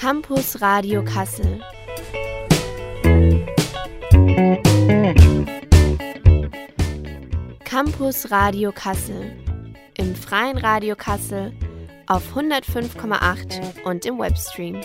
Campus Radio Kassel. Campus Radio Kassel. Im freien Radio Kassel auf 105,8 und im Webstream.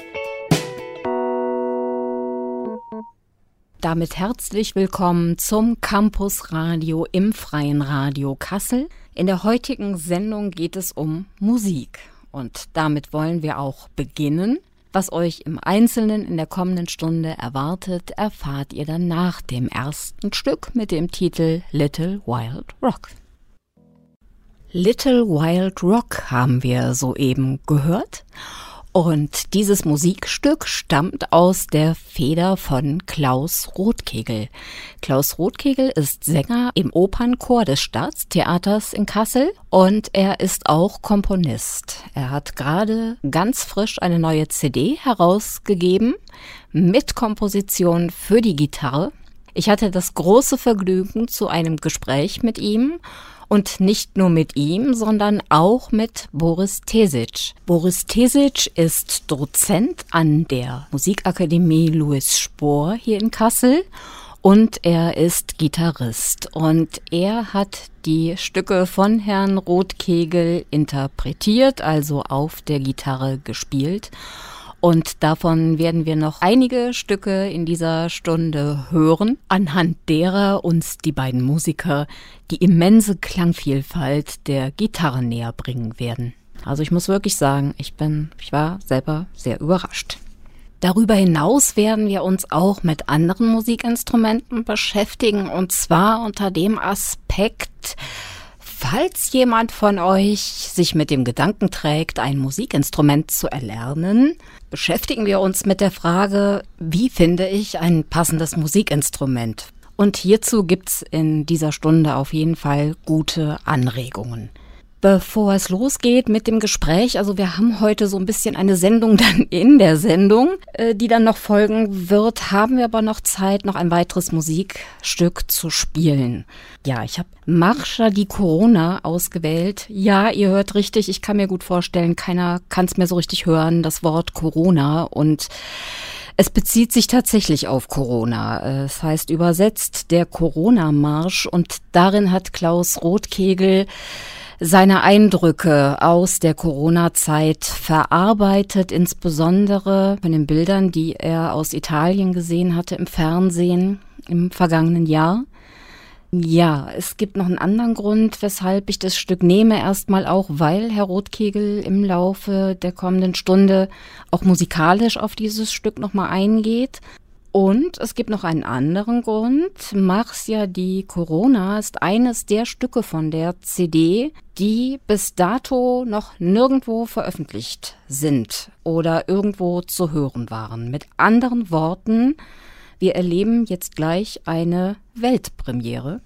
Damit herzlich willkommen zum Campus Radio im freien Radio Kassel. In der heutigen Sendung geht es um Musik. Und damit wollen wir auch beginnen. Was euch im Einzelnen in der kommenden Stunde erwartet, erfahrt ihr dann nach dem ersten Stück mit dem Titel Little Wild Rock. Little Wild Rock haben wir soeben gehört. Und dieses Musikstück stammt aus der Feder von Klaus Rothkegel. Klaus Rothkegel ist Sänger im Opernchor des Staatstheaters in Kassel und er ist auch Komponist. Er hat gerade ganz frisch eine neue CD herausgegeben mit Komposition für die Gitarre. Ich hatte das große Vergnügen zu einem Gespräch mit ihm. Und nicht nur mit ihm, sondern auch mit Boris Tesic. Boris Tesic ist Dozent an der Musikakademie Louis Spohr hier in Kassel und er ist Gitarrist. Und er hat die Stücke von Herrn Rothkegel interpretiert, also auf der Gitarre gespielt. Und davon werden wir noch einige Stücke in dieser Stunde hören, anhand derer uns die beiden Musiker die immense Klangvielfalt der Gitarre näher bringen werden. Also ich muss wirklich sagen, ich war selber sehr überrascht. Darüber hinaus werden wir uns auch mit anderen Musikinstrumenten beschäftigen, und zwar unter dem Aspekt, falls jemand von euch sich mit dem Gedanken trägt, ein Musikinstrument zu erlernen, beschäftigen wir uns mit der Frage, wie finde ich ein passendes Musikinstrument? Und hierzu gibt's in dieser Stunde auf jeden Fall gute Anregungen. Bevor es losgeht mit dem Gespräch, also wir haben heute so ein bisschen eine Sendung dann in der Sendung, die dann noch folgen wird, haben wir aber noch Zeit, noch ein weiteres Musikstück zu spielen. Ja, ich habe Marscha di Corona ausgewählt. Ja, ihr hört richtig, ich kann mir gut vorstellen, keiner kann es mehr so richtig hören, das Wort Corona, und es bezieht sich tatsächlich auf Corona. Es heißt übersetzt der Corona-Marsch, und darin hat Klaus Rothkegel seine Eindrücke aus der Corona-Zeit verarbeitet, insbesondere von den Bildern, die er aus Italien gesehen hatte im Fernsehen im vergangenen Jahr. Ja, es gibt noch einen anderen Grund, weshalb ich das Stück nehme. Erstmal auch, weil Herr Rothkegel im Laufe der kommenden Stunde auch musikalisch auf dieses Stück nochmal eingeht. Und es gibt noch einen anderen Grund. Marscha di Corona ist eines der Stücke von der CD, die bis dato noch nirgendwo veröffentlicht sind oder irgendwo zu hören waren. Mit anderen Worten, wir erleben jetzt gleich eine Weltpremiere.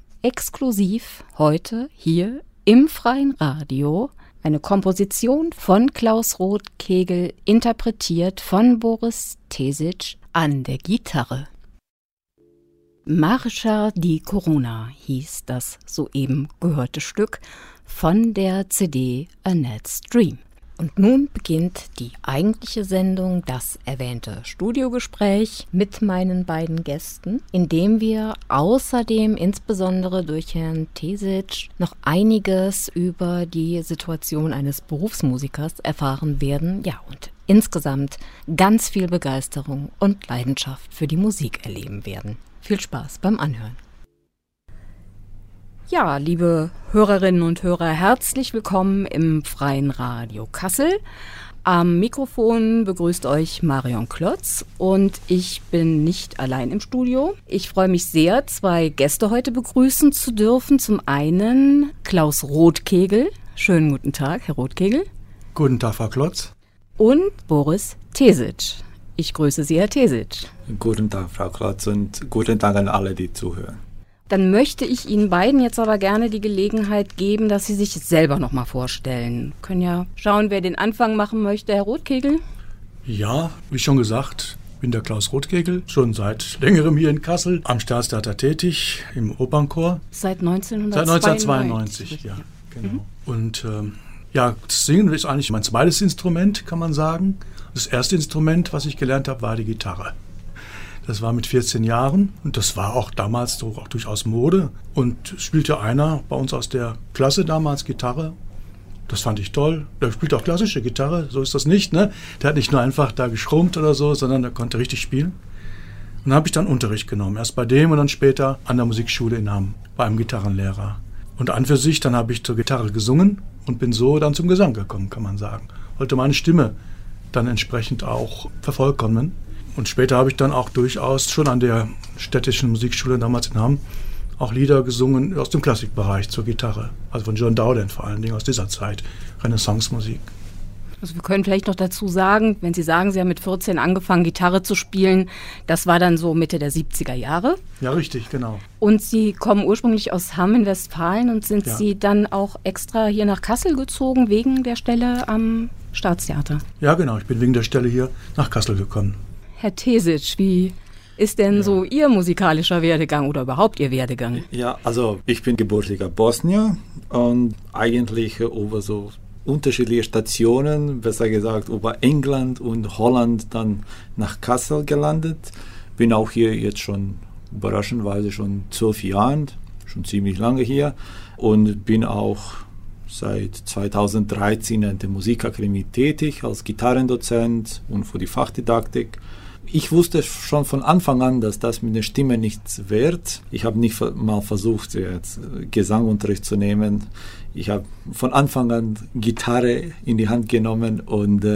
Exklusiv heute hier im freien Radio. Eine Komposition von Klaus Rothkegel, interpretiert von Boris Tesic an der Gitarre. Marscha di Corona hieß das soeben gehörte Stück von der CD Annette's Dream. Und nun beginnt die eigentliche Sendung, das erwähnte Studiogespräch mit meinen beiden Gästen, in dem wir außerdem insbesondere durch Herrn Tesic noch einiges über die Situation eines Berufsmusikers erfahren werden. Ja, und insgesamt ganz viel Begeisterung und Leidenschaft für die Musik erleben werden. Viel Spaß beim Anhören. Ja, liebe Hörerinnen und Hörer, herzlich willkommen im freien Radio Kassel. Am Mikrofon begrüßt euch Marion Klotz und ich bin nicht allein im Studio. Ich freue mich sehr, zwei Gäste heute begrüßen zu dürfen. Zum einen Klaus Rothkegel. Schönen guten Tag, Herr Rothkegel. Guten Tag, Frau Klotz. Und Boris Tesic. Ich grüße Sie, Herr Tesic. Guten Tag, Frau Klotz, und guten Tag an alle, die zuhören. Dann möchte ich Ihnen beiden jetzt aber gerne die Gelegenheit geben, dass Sie sich selber noch mal vorstellen. Können ja schauen, wer den Anfang machen möchte. Herr Rothkegel? Ja, wie schon gesagt, bin der Klaus Rothkegel, schon seit längerem hier in Kassel, am Staatstheater tätig, im Opernchor. Seit 1992? Seit 1992, ja, genau. Und Ja, das Singen ist eigentlich mein zweites Instrument, kann man sagen. Das erste Instrument, was ich gelernt habe, war die Gitarre. Das war mit 14 Jahren und das war auch damals so auch durchaus Mode. Und spielte einer bei uns aus der Klasse damals Gitarre. Das fand ich toll. Der spielt auch klassische Gitarre, so ist das nicht, ne? Der hat nicht nur einfach da geschrummt oder so, sondern der konnte richtig spielen. Und dann habe ich dann Unterricht genommen. Erst bei dem und dann später an der Musikschule in Hamm, bei einem Gitarrenlehrer. Und an für sich, dann habe ich zur Gitarre gesungen und bin so dann zum Gesang gekommen, kann man sagen. Wollte meine Stimme dann entsprechend auch vervollkommnen. Und später habe ich dann auch durchaus schon an der städtischen Musikschule damals in Hamm auch Lieder gesungen aus dem Klassikbereich zur Gitarre. Also von John Dowland vor allen Dingen aus dieser Zeit, Renaissance-Musik. Also wir können vielleicht noch dazu sagen, wenn Sie sagen, Sie haben mit 14 angefangen, Gitarre zu spielen, das war dann so Mitte der 70er Jahre. Ja, richtig, genau. Und Sie kommen ursprünglich aus Hamm in Westfalen und sind Ja. Sie dann auch extra hier nach Kassel gezogen, wegen der Stelle am Staatstheater? Ja, genau. Ich bin wegen der Stelle hier nach Kassel gekommen. Herr Tesic, wie ist denn so Ihr musikalischer Werdegang oder überhaupt Ihr Werdegang? Ja, also ich bin gebürtiger Bosnier und eigentlich über so unterschiedliche Stationen, besser gesagt über England und Holland dann nach Kassel gelandet. Bin auch hier jetzt schon überraschenderweise schon 12 Jahren, schon ziemlich lange hier und bin auch seit 2013 in der Musikakademie tätig als Gitarrendozent und für die Fachdidaktik. Ich wusste schon von Anfang an, dass das mit der Stimme nichts wird. Ich habe nicht mal versucht, jetzt Gesangunterricht zu nehmen. Ich habe von Anfang an Gitarre in die Hand genommen und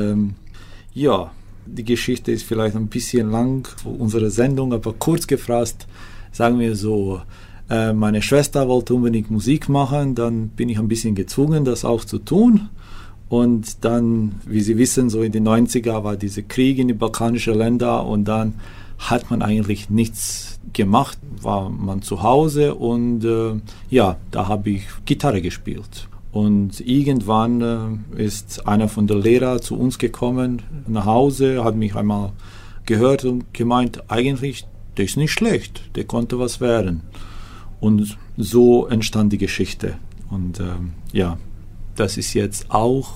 ja, die Geschichte ist vielleicht ein bisschen lang für unsere Sendung, aber kurz gefasst, sagen wir so, meine Schwester wollte unbedingt Musik machen, dann bin ich ein bisschen gezwungen, das auch zu tun. Und dann, wie Sie wissen, so in den 90er war dieser Krieg in den balkanischen Ländern und dann hat man eigentlich nichts gemacht, war man zu Hause und ja, da habe ich Gitarre gespielt. Und irgendwann ist einer von den Lehrern zu uns gekommen, nach Hause, hat mich einmal gehört und gemeint, eigentlich, der ist nicht schlecht, der konnte was werden. Und so entstand die Geschichte. Und ja, das ist jetzt auch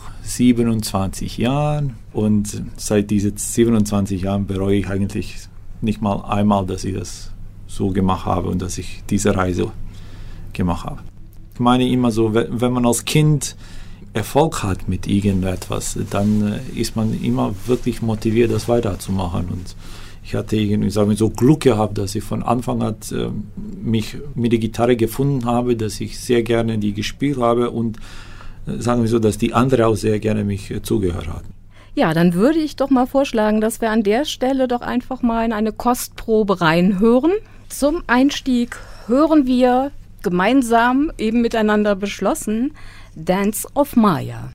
27 Jahre und seit diesen 27 Jahren bereue ich eigentlich nicht mal einmal, dass ich das so gemacht habe und dass ich diese Reise gemacht habe. Ich meine immer so, wenn man als Kind Erfolg hat mit irgendetwas, dann ist man immer wirklich motiviert, das weiterzumachen. Und ich hatte irgendwie, sagen wir so, Glück gehabt, dass ich von Anfang an mich mit der Gitarre gefunden habe, dass ich sehr gerne die gespielt habe und sagen wir so, dass die anderen auch sehr gerne mich zugehört haben. Ja, dann würde ich doch mal vorschlagen, dass wir an der Stelle doch einfach mal in eine Kostprobe reinhören. Zum Einstieg hören wir gemeinsam, eben miteinander beschlossen, Dance of Maya.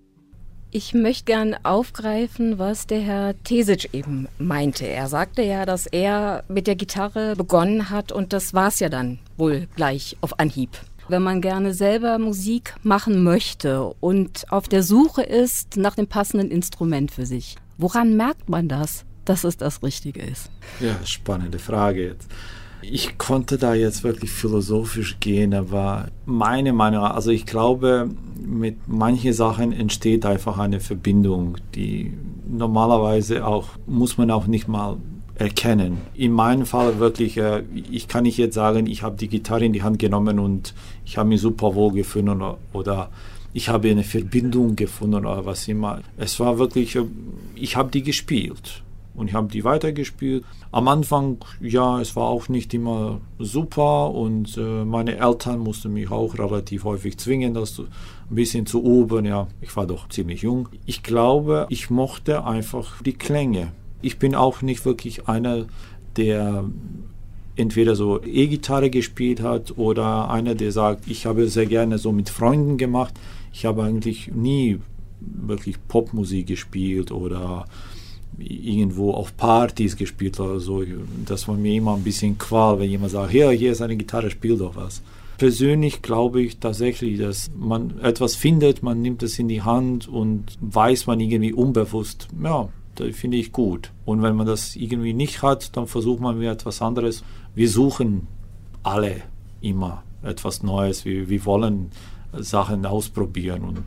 Ich möchte gern aufgreifen, was der Herr Tesic eben meinte. Er sagte ja, dass er mit der Gitarre begonnen hat und das war's ja dann wohl gleich auf Anhieb. Wenn man gerne selber Musik machen möchte und auf der Suche ist nach dem passenden Instrument für sich, woran merkt man das, dass es das Richtige ist? Ja, spannende Frage jetzt. Ich konnte da jetzt wirklich philosophisch gehen, aber meine Meinung, also ich glaube, mit manchen Sachen entsteht einfach eine Verbindung, die normalerweise auch, muss man auch nicht mal erkennen. In meinem Fall wirklich, ich kann nicht jetzt sagen, ich habe die Gitarre in die Hand genommen und ich habe mich super wohl gefunden oder ich habe eine Verbindung gefunden oder was immer. Es war wirklich, ich habe die gespielt und ich habe die weitergespielt. Am Anfang, ja, es war auch nicht immer super und meine Eltern mussten mich auch relativ häufig zwingen, das ein bisschen zu üben. Ja, ich war doch ziemlich jung. Ich glaube, ich mochte einfach die Klänge. Ich bin auch nicht wirklich einer, der entweder so E-Gitarre gespielt hat oder einer, der sagt, ich habe sehr gerne so mit Freunden gemacht. Ich habe eigentlich nie wirklich Popmusik gespielt oder irgendwo auf Partys gespielt oder so. Das war mir immer ein bisschen Qual, wenn jemand sagt, hier ist eine Gitarre, spiel doch was. Persönlich glaube ich tatsächlich, dass man etwas findet, man nimmt es in die Hand und weiß man irgendwie unbewusst, ja, das finde ich gut. Und wenn man das irgendwie nicht hat, dann versucht man wieder etwas anderes. Wir suchen alle immer etwas Neues. Wir wollen Sachen ausprobieren und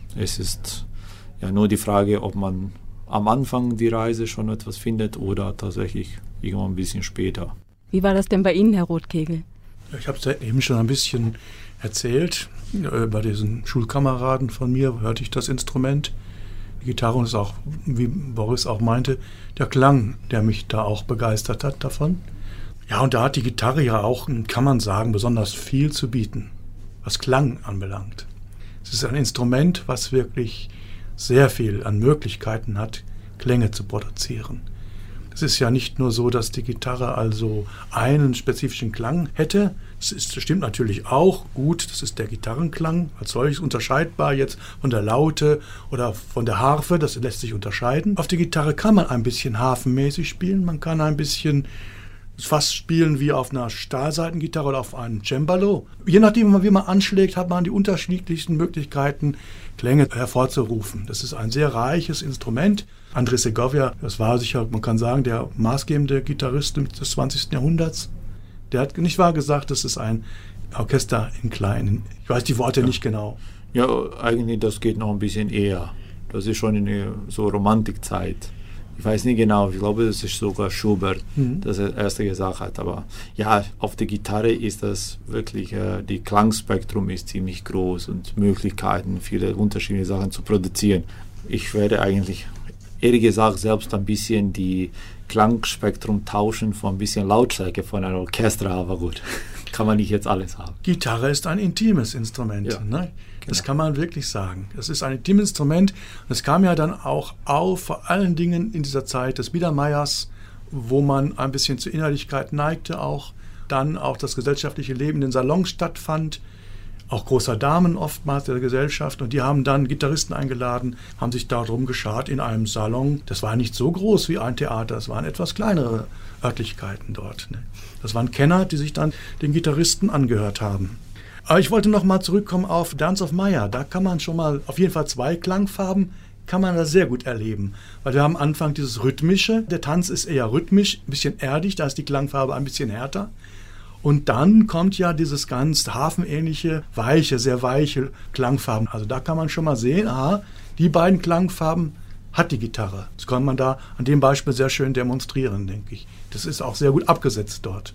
Es ist ja nur die Frage, ob man am Anfang die Reise schon etwas findet oder tatsächlich irgendwann ein bisschen später. Wie war das denn bei Ihnen, Herr Rotkegel? Ich habe es ja eben schon ein bisschen erzählt. Bei diesen Schulkameraden von mir hörte ich das Instrument. Die Gitarre ist auch, wie Boris auch meinte, der Klang, der mich da auch begeistert hat davon. Ja, und da hat die Gitarre ja auch, kann man sagen, besonders viel zu bieten, was Klang anbelangt. Es ist ein Instrument, was wirklich sehr viel an Möglichkeiten hat, Klänge zu produzieren. Es ist ja nicht nur so, dass die Gitarre also einen spezifischen Klang hätte. Das stimmt natürlich auch gut, das ist der Gitarrenklang als solches unterscheidbar jetzt von der Laute oder von der Harfe, das lässt sich unterscheiden. Auf der Gitarre kann man ein bisschen harfenmäßig spielen, man kann ein bisschen fast spielen wie auf einer Stahlsaitengitarre oder auf einem Cembalo. Je nachdem, wie man anschlägt, hat man die unterschiedlichsten Möglichkeiten, Klänge hervorzurufen. Das ist ein sehr reiches Instrument. André Segovia, das war sicher, man kann sagen, der maßgebende Gitarrist des 20. Jahrhunderts. Der hat nicht wahr gesagt, das ist ein Orchester in Kleinen. Ich weiß die Worte nicht genau. Ja, eigentlich das geht noch ein bisschen eher. Das ist schon in der so Romantikzeit. Ich weiß nicht genau, ich glaube, das ist sogar Schubert, das er erst gesagt hat. Aber ja, auf der Gitarre ist das wirklich, die Klangspektrum ist ziemlich groß und Möglichkeiten, viele unterschiedliche Sachen zu produzieren. Ich werde eigentlich, ehrlich gesagt, selbst ein bisschen die Klangspektrum tauschen von ein bisschen Lautstärke von einem Orchester, aber gut, kann man nicht jetzt alles haben. Gitarre ist ein intimes Instrument, ja, ne? Das kann man wirklich sagen. Es ist ein intimes Instrument. Das kam ja dann auch auf, vor allen Dingen in dieser Zeit des Biedermeiers, wo man ein bisschen zur Innerlichkeit neigte auch. Dann auch das gesellschaftliche Leben in den Salons stattfand. Auch großer Damen oftmals der Gesellschaft. Und die haben dann Gitarristen eingeladen, haben sich darum geschart in einem Salon. Das war nicht so groß wie ein Theater, das waren etwas kleinere Örtlichkeiten dort. Ne? Das waren Kenner, die sich dann den Gitarristen angehört haben. Aber ich wollte noch mal zurückkommen auf Dance of Maya. Da kann man schon mal auf jeden Fall 2 Klangfarben, kann man da sehr gut erleben. Weil wir haben am Anfang dieses Rhythmische. Der Tanz ist eher rhythmisch, ein bisschen erdig, da ist die Klangfarbe ein bisschen härter. Und dann kommt ja dieses ganz hafenähnliche, weiche, sehr weiche Klangfarben. Also da kann man schon mal sehen, aha, die beiden Klangfarben hat die Gitarre. Das kann man da an dem Beispiel sehr schön demonstrieren, denke ich. Das ist auch sehr gut abgesetzt dort.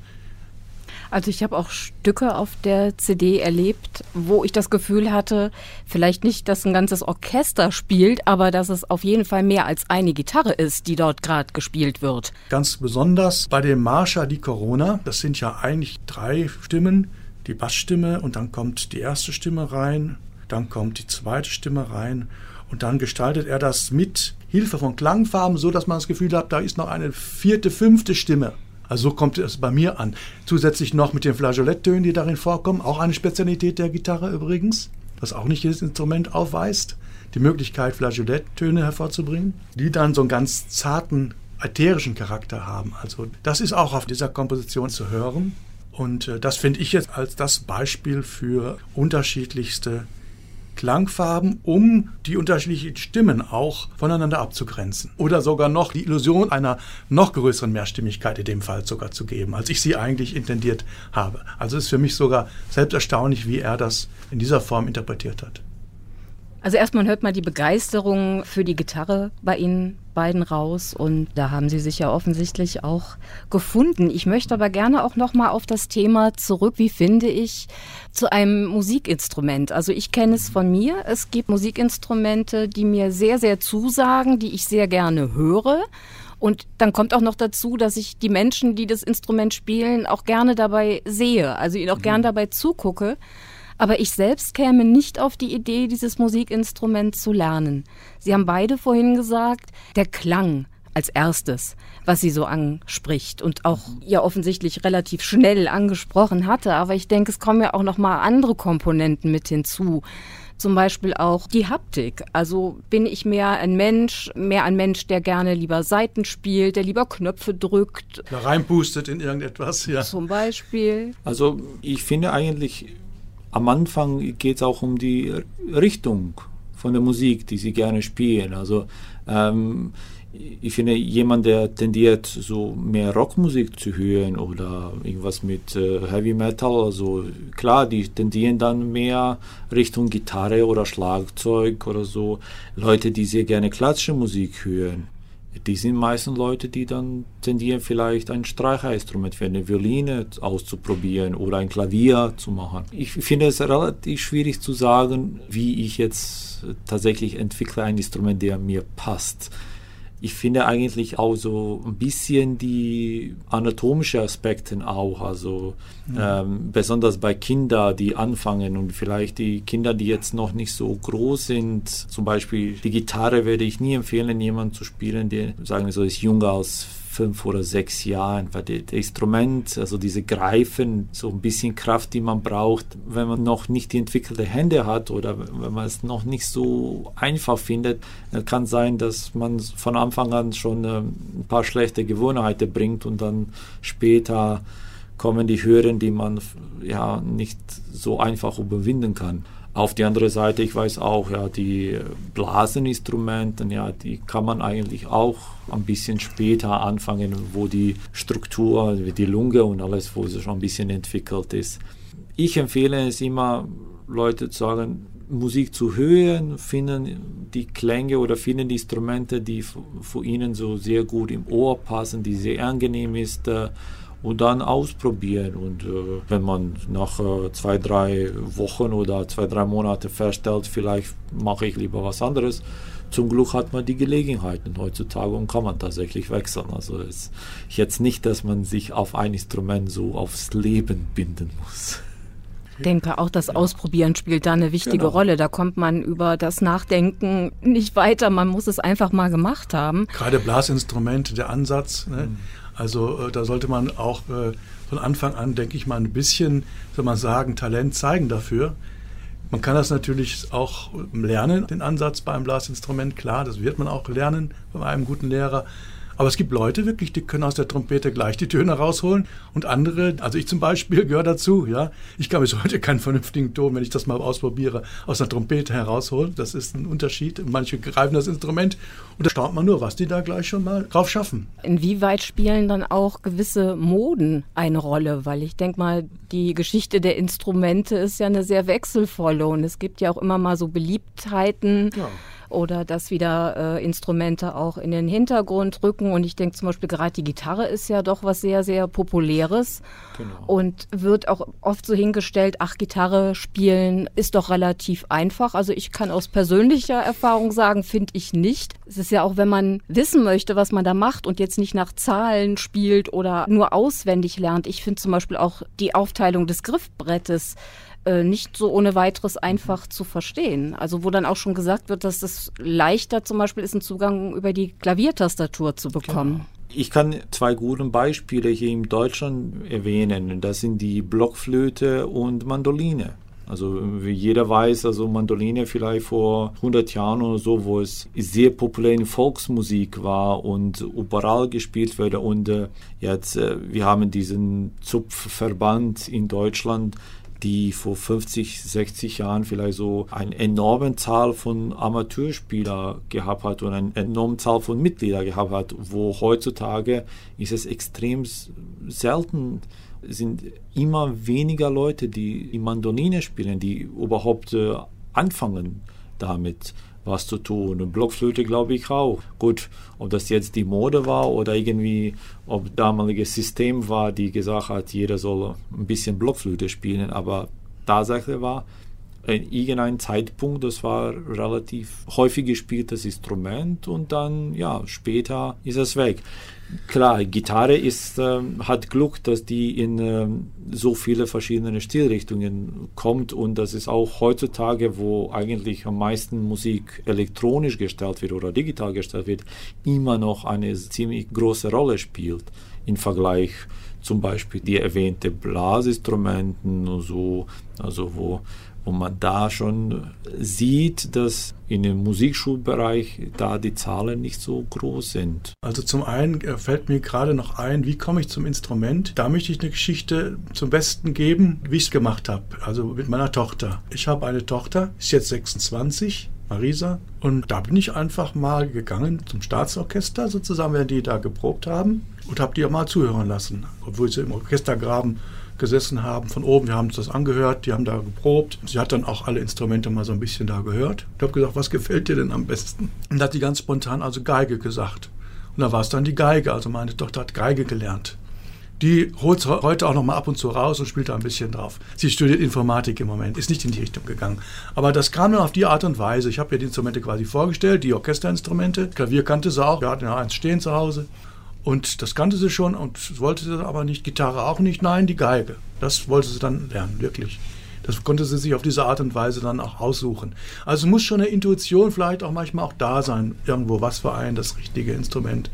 Also ich habe auch Stücke auf der CD erlebt, wo ich das Gefühl hatte, vielleicht nicht, dass ein ganzes Orchester spielt, aber dass es auf jeden Fall mehr als eine Gitarre ist, die dort gerade gespielt wird. Ganz besonders bei dem Marscia di Corona, das sind ja eigentlich 3 Stimmen, die Bassstimme und dann kommt die erste Stimme rein, dann kommt die zweite Stimme rein und dann gestaltet er das mit Hilfe von Klangfarben, so dass man das Gefühl hat, da ist noch eine 4., 5. Stimme. Also so kommt es bei mir an. Zusätzlich noch mit den Flageoletttönen, die darin vorkommen, auch eine Spezialität der Gitarre übrigens, was auch nicht jedes Instrument aufweist, die Möglichkeit, Flageoletttöne hervorzubringen, die dann so einen ganz zarten, ätherischen Charakter haben. Also das ist auch auf dieser Komposition zu hören und das finde ich jetzt als das Beispiel für unterschiedlichste Klangfarben, um die unterschiedlichen Stimmen auch voneinander abzugrenzen. Oder sogar noch die Illusion einer noch größeren Mehrstimmigkeit in dem Fall sogar zu geben, als ich sie eigentlich intendiert habe. Also ist für mich sogar selbst erstaunlich, wie er das in dieser Form interpretiert hat. Also erstmal hört man die Begeisterung für die Gitarre bei Ihnen beiden raus und da haben Sie sich ja offensichtlich auch gefunden. Ich möchte aber gerne auch noch mal auf das Thema zurück, wie finde ich zu einem Musikinstrument. Also ich kenne es von mir, es gibt Musikinstrumente, die mir sehr, sehr zusagen, die ich sehr gerne höre. Und dann kommt auch noch dazu, dass ich die Menschen, die das Instrument spielen, auch gerne dabei sehe, also ihnen auch gerne dabei zugucke. Aber ich selbst käme nicht auf die Idee, dieses Musikinstrument zu lernen. Sie haben beide vorhin gesagt, der Klang als erstes, was Sie so anspricht und auch ja offensichtlich relativ schnell angesprochen hatte. Aber ich denke, es kommen ja auch noch mal andere Komponenten mit hinzu. Zum Beispiel auch die Haptik. Also bin ich mehr ein Mensch, der gerne lieber Saiten spielt, der lieber Knöpfe drückt. Da reinpustet in irgendetwas, ja. Zum Beispiel. Also ich finde eigentlich, am Anfang geht es auch um die Richtung von der Musik, die sie gerne spielen. Also Ich finde, jemand, der tendiert, so mehr Rockmusik zu hören oder irgendwas mit Heavy Metal, also klar, die tendieren dann mehr Richtung Gitarre oder Schlagzeug oder so. Leute, die sehr gerne klassische Musik hören, die sind meistens Leute, die dann tendieren, vielleicht ein Streicherinstrument für eine Violine auszuprobieren oder ein Klavier zu machen. Ich finde es relativ schwierig zu sagen, wie ich jetzt tatsächlich entwickle ein Instrument, der mir passt. Ich finde eigentlich auch so ein bisschen die anatomischen Aspekte auch, also besonders bei Kindern, die anfangen und vielleicht die Kinder, die jetzt noch nicht so groß sind, zum Beispiel die Gitarre werde ich nie empfehlen, jemanden zu spielen, der, sagen wir so, ist jünger als 5 oder 6 Jahren, weil das Instrument, also diese Greifen, so ein bisschen Kraft, die man braucht, wenn man noch nicht die entwickelte Hände hat oder wenn man es noch nicht so einfach findet, kann sein, dass man von Anfang an schon ein paar schlechte Gewohnheiten bringt und dann später kommen die Hürden, die man ja nicht so einfach überwinden kann. Auf die andere Seite, ich weiß auch, ja, die Blaseninstrumente, ja, die kann man eigentlich auch ein bisschen später anfangen, wo die Struktur, die Lunge und alles, wo es schon ein bisschen entwickelt ist. Ich empfehle es immer, Leute zu sagen, Musik zu hören, finden die Klänge oder finden die Instrumente, die für ihnen so sehr gut im Ohr passen, die sehr angenehm ist, und dann ausprobieren. Und wenn man nach 2-3 Wochen oder 2-3 Monate feststellt, vielleicht mache ich lieber was anderes, zum Glück hat man die Gelegenheiten heutzutage und kann man tatsächlich wechseln. Also es ist jetzt nicht, dass man sich auf ein Instrument so aufs Leben binden muss. Ich denke, auch das Ausprobieren spielt da eine wichtige Rolle. Da kommt man über das Nachdenken nicht weiter. Man muss es einfach mal gemacht haben. Gerade Blasinstrumente, der Ansatz, ne? Also da sollte man auch von Anfang an, denke ich mal, ein bisschen, soll man sagen, Talent zeigen dafür. Man kann das natürlich auch lernen, den Ansatz beim Blasinstrument, klar, das wird man auch lernen bei einem guten Lehrer. Aber es gibt Leute wirklich, die können aus der Trompete gleich die Töne rausholen und andere, also ich zum Beispiel gehöre dazu, ja. Ich kann bis heute keinen vernünftigen Ton, wenn ich das mal ausprobiere, aus der Trompete herausholen. Das ist ein Unterschied. Manche greifen das Instrument und da staunt man nur, was die da gleich schon mal drauf schaffen. Inwieweit spielen dann auch gewisse Moden eine Rolle? Weil ich denke mal, die Geschichte der Instrumente ist ja eine sehr wechselvolle und es gibt ja auch immer mal so Beliebtheiten. Ja. Oder dass wieder Instrumente auch in den Hintergrund rücken. Und ich denke zum Beispiel, gerade die Gitarre ist ja doch was sehr, sehr Populäres. Genau. Und wird auch oft so hingestellt, ach, Gitarre spielen ist doch relativ einfach. Also ich kann aus persönlicher Erfahrung sagen, finde ich nicht. Es ist ja auch, wenn man wissen möchte, was man da macht und jetzt nicht nach Zahlen spielt oder nur auswendig lernt. Ich finde zum Beispiel auch die Aufteilung des Griffbrettes nicht so ohne weiteres einfach zu verstehen. Also wo dann auch schon gesagt wird, dass es leichter zum Beispiel ist, einen Zugang über die Klaviertastatur zu bekommen. Genau. Ich kann 2 gute Beispiele hier in Deutschland erwähnen. Das sind die Blockflöte und Mandoline. Also wie jeder weiß, also Mandoline vielleicht vor 100 Jahren oder so, wo es sehr populär in Volksmusik war und überall gespielt wurde. Und jetzt, wir haben diesen Zupfverband in Deutschland, die vor 50, 60 Jahren vielleicht so eine enorme Zahl von Amateurspielern gehabt hat und eine enorme Zahl von Mitgliedern gehabt hat, wo heutzutage ist es extrem selten, sind immer weniger Leute, die Mandoline spielen, die überhaupt anfangen damit was zu tun. Und Blockflöte glaube ich auch. Gut, ob das jetzt die Mode war oder irgendwie, ob damaliges System war, die gesagt hat, jeder soll ein bisschen Blockflöte spielen, aber Tatsache war, in irgendeinem Zeitpunkt, das war relativ häufig gespieltes Instrument und dann, ja, später ist es weg. Klar, Gitarre hat Glück, dass die in so viele verschiedene Stilrichtungen kommt und das ist auch heutzutage, wo eigentlich am meisten Musik elektronisch gestellt wird oder digital gestellt wird, immer noch eine ziemlich große Rolle spielt im Vergleich zum Beispiel die erwähnte Blasinstrumenten und so, also wo man da schon sieht, dass in dem Musikschulbereich da die Zahlen nicht so groß sind. Also zum einen fällt mir gerade noch ein, wie komme ich zum Instrument? Da möchte ich eine Geschichte zum Besten geben, wie ich es gemacht habe, also mit meiner Tochter. Ich habe eine Tochter, ist jetzt 26, Marisa. Und da bin ich einfach mal gegangen zum Staatsorchester, sozusagen, während die da geprobt haben, und habe die auch mal zuhören lassen, obwohl sie im Orchestergraben gesessen haben, von oben, wir haben uns das angehört, die haben da geprobt. Sie hat dann auch alle Instrumente mal so ein bisschen da gehört. Ich habe gesagt, was gefällt dir denn am besten? Und da hat die ganz spontan also Geige gesagt. Und da war es dann die Geige, also meine Tochter hat Geige gelernt. Die holt heute auch noch mal ab und zu raus und spielt da ein bisschen drauf. Sie studiert Informatik im Moment, ist nicht in die Richtung gegangen. Aber das kam dann auf die Art und Weise. Ich habe ihr die Instrumente quasi vorgestellt, die Orchesterinstrumente. Klavier kannte sie auch, wir hatten ja eins stehen zu Hause. Und das kannte sie schon und wollte sie aber nicht, Gitarre auch nicht, nein, die Geige. Das wollte sie dann lernen, wirklich. Das konnte sie sich auf diese Art und Weise dann auch aussuchen. Also muss schon eine Intuition vielleicht auch manchmal auch da sein, irgendwo, was für einen das richtige Instrument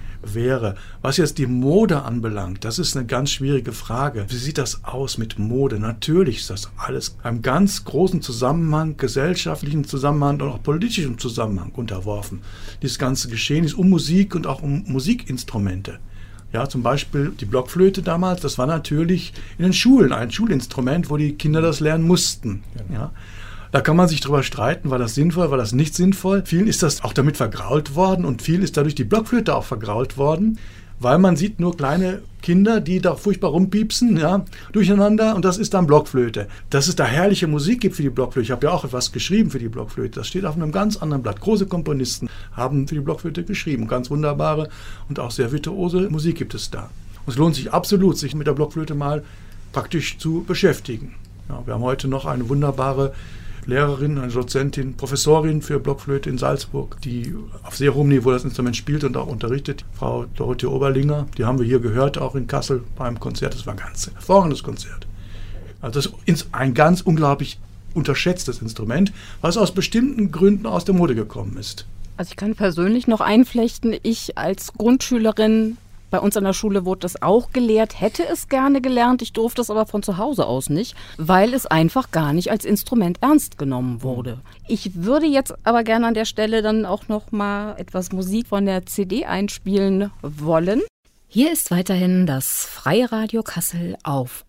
wäre. Was jetzt die Mode anbelangt, das ist eine ganz schwierige Frage. Wie sieht das aus mit Mode? Natürlich ist das alles einem ganz großen Zusammenhang, gesellschaftlichen Zusammenhang und auch politischem Zusammenhang unterworfen. Dieses ganze Geschehen ist um Musik und auch um Musikinstrumente. Ja, zum Beispiel die Blockflöte damals, das war natürlich in den Schulen ein Schulinstrument, wo die Kinder das lernen mussten. Ja. Da kann man sich drüber streiten, war das sinnvoll, war das nicht sinnvoll. Vielen ist das auch damit vergrault worden und vielen ist dadurch die Blockflöte auch vergrault worden, weil man sieht nur kleine Kinder, die da furchtbar rumpiepsen, ja, durcheinander, und das ist dann Blockflöte. Dass es da herrliche Musik gibt für die Blockflöte, ich habe ja auch etwas geschrieben für die Blockflöte, das steht auf einem ganz anderen Blatt. Große Komponisten haben für die Blockflöte geschrieben, ganz wunderbare und auch sehr virtuose Musik gibt es da. Und es lohnt sich absolut, sich mit der Blockflöte mal praktisch zu beschäftigen. Ja, wir haben heute noch eine wunderbare Lehrerin, eine Dozentin, Professorin für Blockflöte in Salzburg, die auf sehr hohem Niveau das Instrument spielt und auch unterrichtet, Frau Dorothee Oberlinger. Die haben wir hier gehört, auch in Kassel beim Konzert. Das war ein ganz hervorragendes Konzert. Also das ist ein ganz unglaublich unterschätztes Instrument, was aus bestimmten Gründen aus der Mode gekommen ist. Also ich kann persönlich noch einflechten, ich als Grundschülerin, bei uns an der Schule wurde das auch gelehrt, hätte es gerne gelernt, ich durfte es aber von zu Hause aus nicht, weil es einfach gar nicht als Instrument ernst genommen wurde. Ich würde jetzt aber gerne an der Stelle dann auch noch mal etwas Musik von der CD einspielen wollen. Hier ist weiterhin das Freie Radio Kassel auf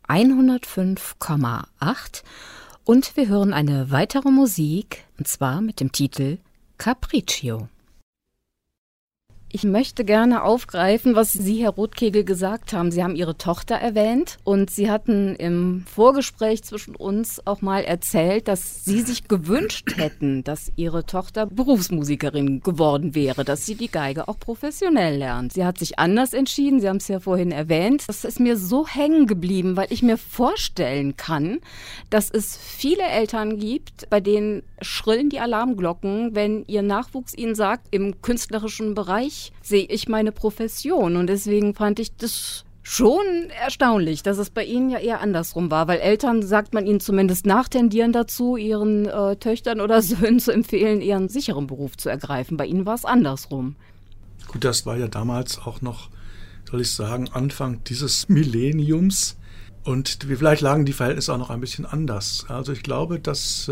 105,8 und wir hören eine weitere Musik, und zwar mit dem Titel Capriccio. Ich möchte gerne aufgreifen, was Sie, Herr Rotkegel, gesagt haben. Sie haben Ihre Tochter erwähnt und Sie hatten im Vorgespräch zwischen uns auch mal erzählt, dass Sie sich gewünscht hätten, dass Ihre Tochter Berufsmusikerin geworden wäre, dass sie die Geige auch professionell lernt. Sie hat sich anders entschieden, Sie haben es ja vorhin erwähnt. Das ist mir so hängen geblieben, weil ich mir vorstellen kann, dass es viele Eltern gibt, bei denen schrillen die Alarmglocken, wenn ihr Nachwuchs ihnen sagt, im künstlerischen Bereich sehe ich meine Profession. Und deswegen fand ich das schon erstaunlich, dass es bei Ihnen ja eher andersrum war, weil Eltern, sagt man ihnen zumindest nachtendieren dazu, ihren Töchtern oder Söhnen zu empfehlen, eher einen sicheren Beruf zu ergreifen. Bei Ihnen war es andersrum. Gut, das war ja damals auch noch, soll ich sagen, Anfang dieses Millenniums. Und vielleicht lagen die Verhältnisse auch noch ein bisschen anders. Also ich glaube, dass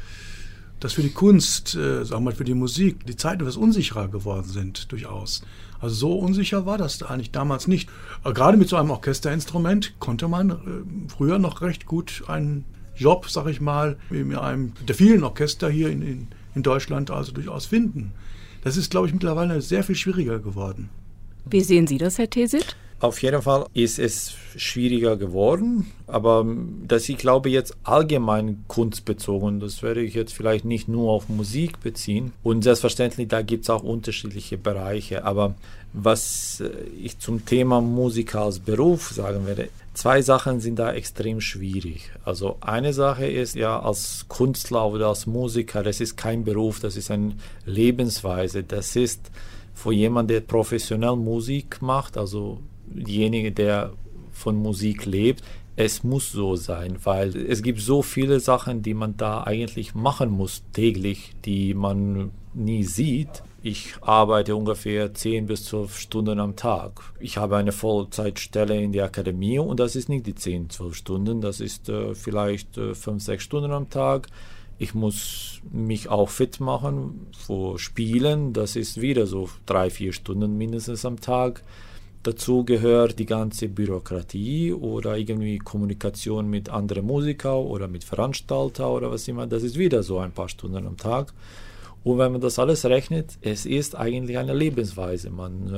für die Kunst, sagen wir mal für die Musik, die Zeiten etwas unsicherer geworden sind, durchaus. Also so unsicher war das eigentlich damals nicht. Aber gerade mit so einem Orchesterinstrument konnte man früher noch recht gut einen Job, sag ich mal, in einem der vielen Orchester hier in Deutschland also durchaus finden. Das ist, glaube ich, mittlerweile sehr viel schwieriger geworden. Wie sehen Sie das, Herr Tesit? Auf jeden Fall ist es schwieriger geworden, aber dass ich glaube jetzt allgemein kunstbezogen, das werde ich jetzt vielleicht nicht nur auf Musik beziehen und selbstverständlich, da gibt es auch unterschiedliche Bereiche, aber was ich zum Thema Musik als Beruf sagen werde, 2 Sachen sind da extrem schwierig. Also eine Sache ist ja als Künstler oder als Musiker, das ist kein Beruf, das ist eine Lebensweise, das ist für jemanden, der professionell Musik macht, also derjenige, der von Musik lebt, es muss so sein, weil es gibt so viele Sachen, die man da eigentlich machen muss täglich, die man nie sieht. Ich arbeite ungefähr 10 bis 12 Stunden am Tag. Ich habe eine Vollzeitstelle in der Akademie und das ist nicht die 10, 12 Stunden, das ist vielleicht 5, 6 Stunden am Tag. Ich muss mich auch fit machen für Spielen, das ist wieder so 3, 4 Stunden mindestens am Tag. Dazu gehört die ganze Bürokratie oder irgendwie Kommunikation mit anderen Musikern oder mit Veranstaltern oder was immer. Das ist wieder so ein paar Stunden am Tag. Und wenn man das alles rechnet, es ist eigentlich eine Lebensweise.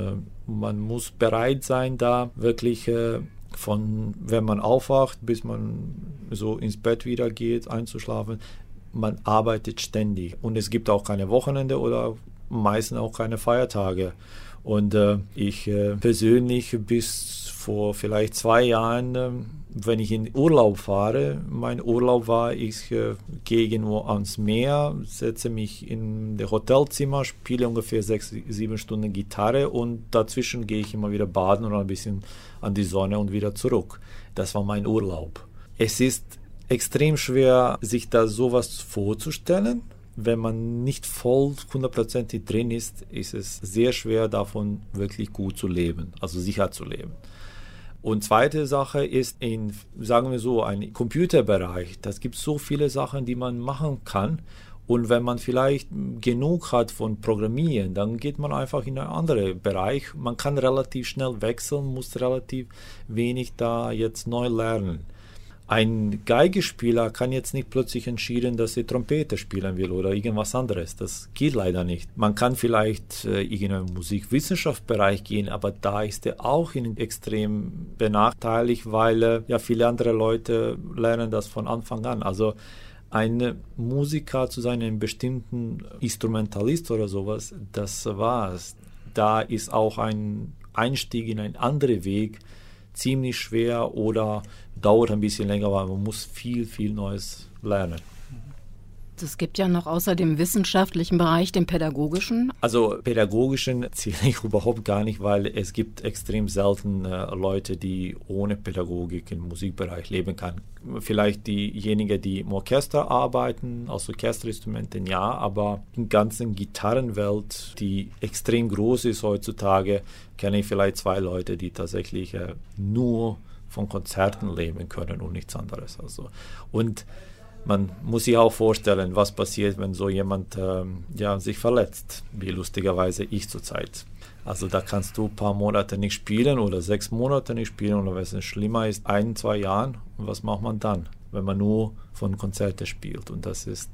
Man muss bereit sein, da wirklich von, wenn man aufwacht, bis man so ins Bett wieder geht, einzuschlafen, man arbeitet ständig. Und es gibt auch keine Wochenende oder meistens auch keine Feiertage. Und ich persönlich bis vor vielleicht 2 Jahren, wenn ich in Urlaub fahre, mein Urlaub war, ich gehe irgendwo ans Meer, setze mich in das Hotelzimmer, spiele ungefähr 6-7 Stunden Gitarre und dazwischen gehe ich immer wieder baden und ein bisschen an die Sonne und wieder zurück. Das war mein Urlaub. Es ist extrem schwer, sich da sowas vorzustellen. Wenn man nicht voll 100% drin ist, ist es sehr schwer, davon wirklich gut zu leben, also sicher zu leben. Und zweite Sache ist sagen wir so, ein Computerbereich. Das gibt so viele Sachen, die man machen kann. Und wenn man vielleicht genug hat von Programmieren, dann geht man einfach in einen anderen Bereich. Man kann relativ schnell wechseln, muss relativ wenig da jetzt neu lernen. Ein Geigespieler kann jetzt nicht plötzlich entscheiden, dass er Trompete spielen will oder irgendwas anderes. Das geht leider nicht. Man kann vielleicht in einen Musikwissenschaftsbereich gehen, aber da ist er auch extrem benachteiligt, weil viele andere Leute lernen das von Anfang an. Also ein Musiker zu sein, einem bestimmten Instrumentalist oder sowas, das war's. Da ist auch ein Einstieg in einen anderen Weg ziemlich schwer oder dauert ein bisschen länger, weil man muss viel, viel Neues lernen. Es gibt ja noch außer dem wissenschaftlichen Bereich den pädagogischen. Also pädagogischen zähle ich überhaupt gar nicht, weil es gibt extrem selten Leute, die ohne Pädagogik im Musikbereich leben können. Vielleicht diejenigen, die im Orchester arbeiten, aus Orchesterinstrumenten, ja, aber in der ganzen Gitarrenwelt, die extrem groß ist heutzutage, kenne ich vielleicht 2 Leute, die tatsächlich nur von Konzerten leben können und nichts anderes. Also. Und man muss sich auch vorstellen, was passiert, wenn so jemand sich verletzt, wie lustigerweise ich zurzeit. Also da kannst du ein paar Monate nicht spielen oder 6 Monate nicht spielen oder was schlimmer ist, 1-2 Jahren. Und was macht man dann, wenn man nur von Konzerten spielt? Und das ist,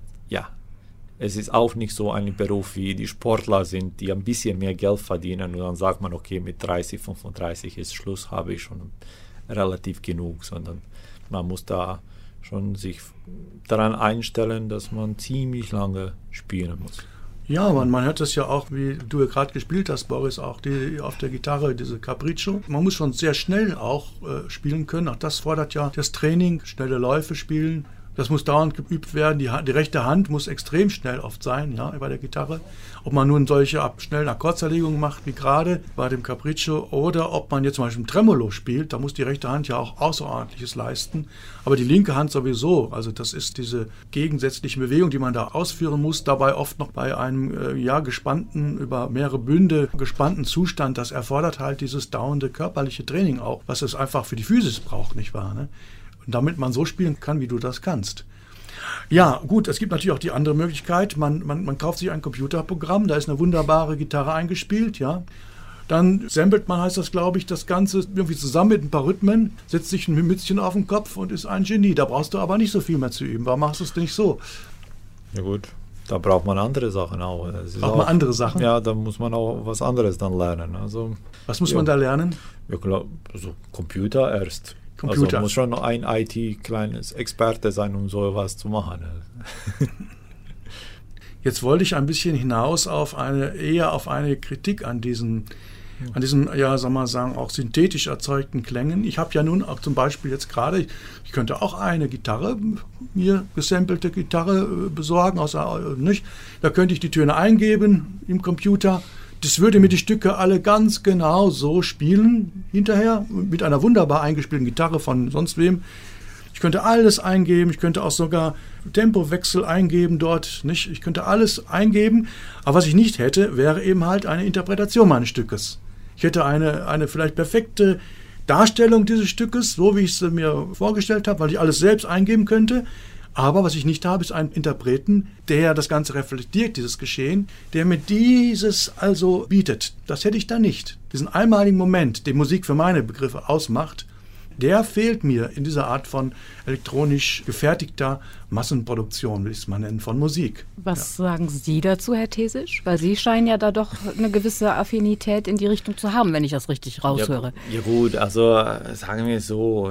es ist auch nicht so ein Beruf, wie die Sportler sind, die ein bisschen mehr Geld verdienen und dann sagt man, okay, mit 30, 35 ist Schluss, habe ich schon relativ genug, sondern man muss da schon sich daran einstellen, dass man ziemlich lange spielen muss. Ja, man hört das ja auch, wie du ja gerade gespielt hast, Boris, auch auf der Gitarre, diese Capriccio. Man muss schon sehr schnell auch spielen können. Auch das fordert ja das Training, schnelle Läufe spielen. Das muss dauernd geübt werden. Die rechte Hand muss extrem schnell oft sein, ja, bei der Gitarre. Ob man nun solche schnellen Akkordzerlegungen macht, wie gerade bei dem Capriccio, oder ob man jetzt zum Beispiel im Tremolo spielt, da muss die rechte Hand ja auch Außerordentliches leisten. Aber die linke Hand sowieso. Also das ist diese gegensätzliche Bewegung, die man da ausführen muss. Dabei oft noch bei einem gespannten, über mehrere Bünde gespannten Zustand. Das erfordert halt dieses dauernde körperliche Training auch, was es einfach für die Physis braucht, nicht wahr, ne? Und damit man so spielen kann, wie du das kannst. Ja, gut, es gibt natürlich auch die andere Möglichkeit. Man kauft sich ein Computerprogramm, da ist eine wunderbare Gitarre eingespielt, ja. Dann samplet man, heißt das, glaube ich, das Ganze irgendwie zusammen mit ein paar Rhythmen, setzt sich ein Mützchen auf den Kopf und ist ein Genie. Da brauchst du aber nicht so viel mehr zu üben. Warum machst du es nicht so? Ja gut, da braucht man andere Sachen auch. Braucht man andere Sachen? Ja, da muss man auch was anderes dann lernen. Also, was muss man da lernen? Ja, klar, also Computer erst. Computer. Also muss schon ein IT-kleines Experte sein, um sowas zu machen. Jetzt wollte ich ein bisschen hinaus auf eine Kritik an diesen, ja, sagen wir sagen, auch synthetisch erzeugten Klängen. Ich habe ja nun auch zum Beispiel jetzt gerade, ich könnte auch eine Gitarre, mir gesampelte Gitarre besorgen, da könnte ich die Töne eingeben im Computer. Das würde mir die Stücke alle ganz genau so spielen, hinterher, mit einer wunderbar eingespielten Gitarre von sonst wem. Ich könnte alles eingeben, ich könnte auch sogar Tempowechsel eingeben dort, nicht? Ich könnte alles eingeben, aber was ich nicht hätte, wäre eben halt eine Interpretation meines Stückes. Ich hätte eine vielleicht perfekte Darstellung dieses Stückes, so wie ich es mir vorgestellt habe, weil ich alles selbst eingeben könnte. Aber was ich nicht habe, ist einen Interpreten, der das Ganze reflektiert, dieses Geschehen, der mir dieses also bietet. Das hätte ich da nicht. Diesen einmaligen Moment, den Musik für meine Begriffe ausmacht, der fehlt mir in dieser Art von elektronisch gefertigter Massenproduktion, will ich es mal nennen, von Musik. Was sagen Sie dazu, Herr Thesisch? Weil Sie scheinen ja da doch eine gewisse Affinität in die Richtung zu haben, wenn ich das richtig raushöre. Ja gut, also sagen wir so,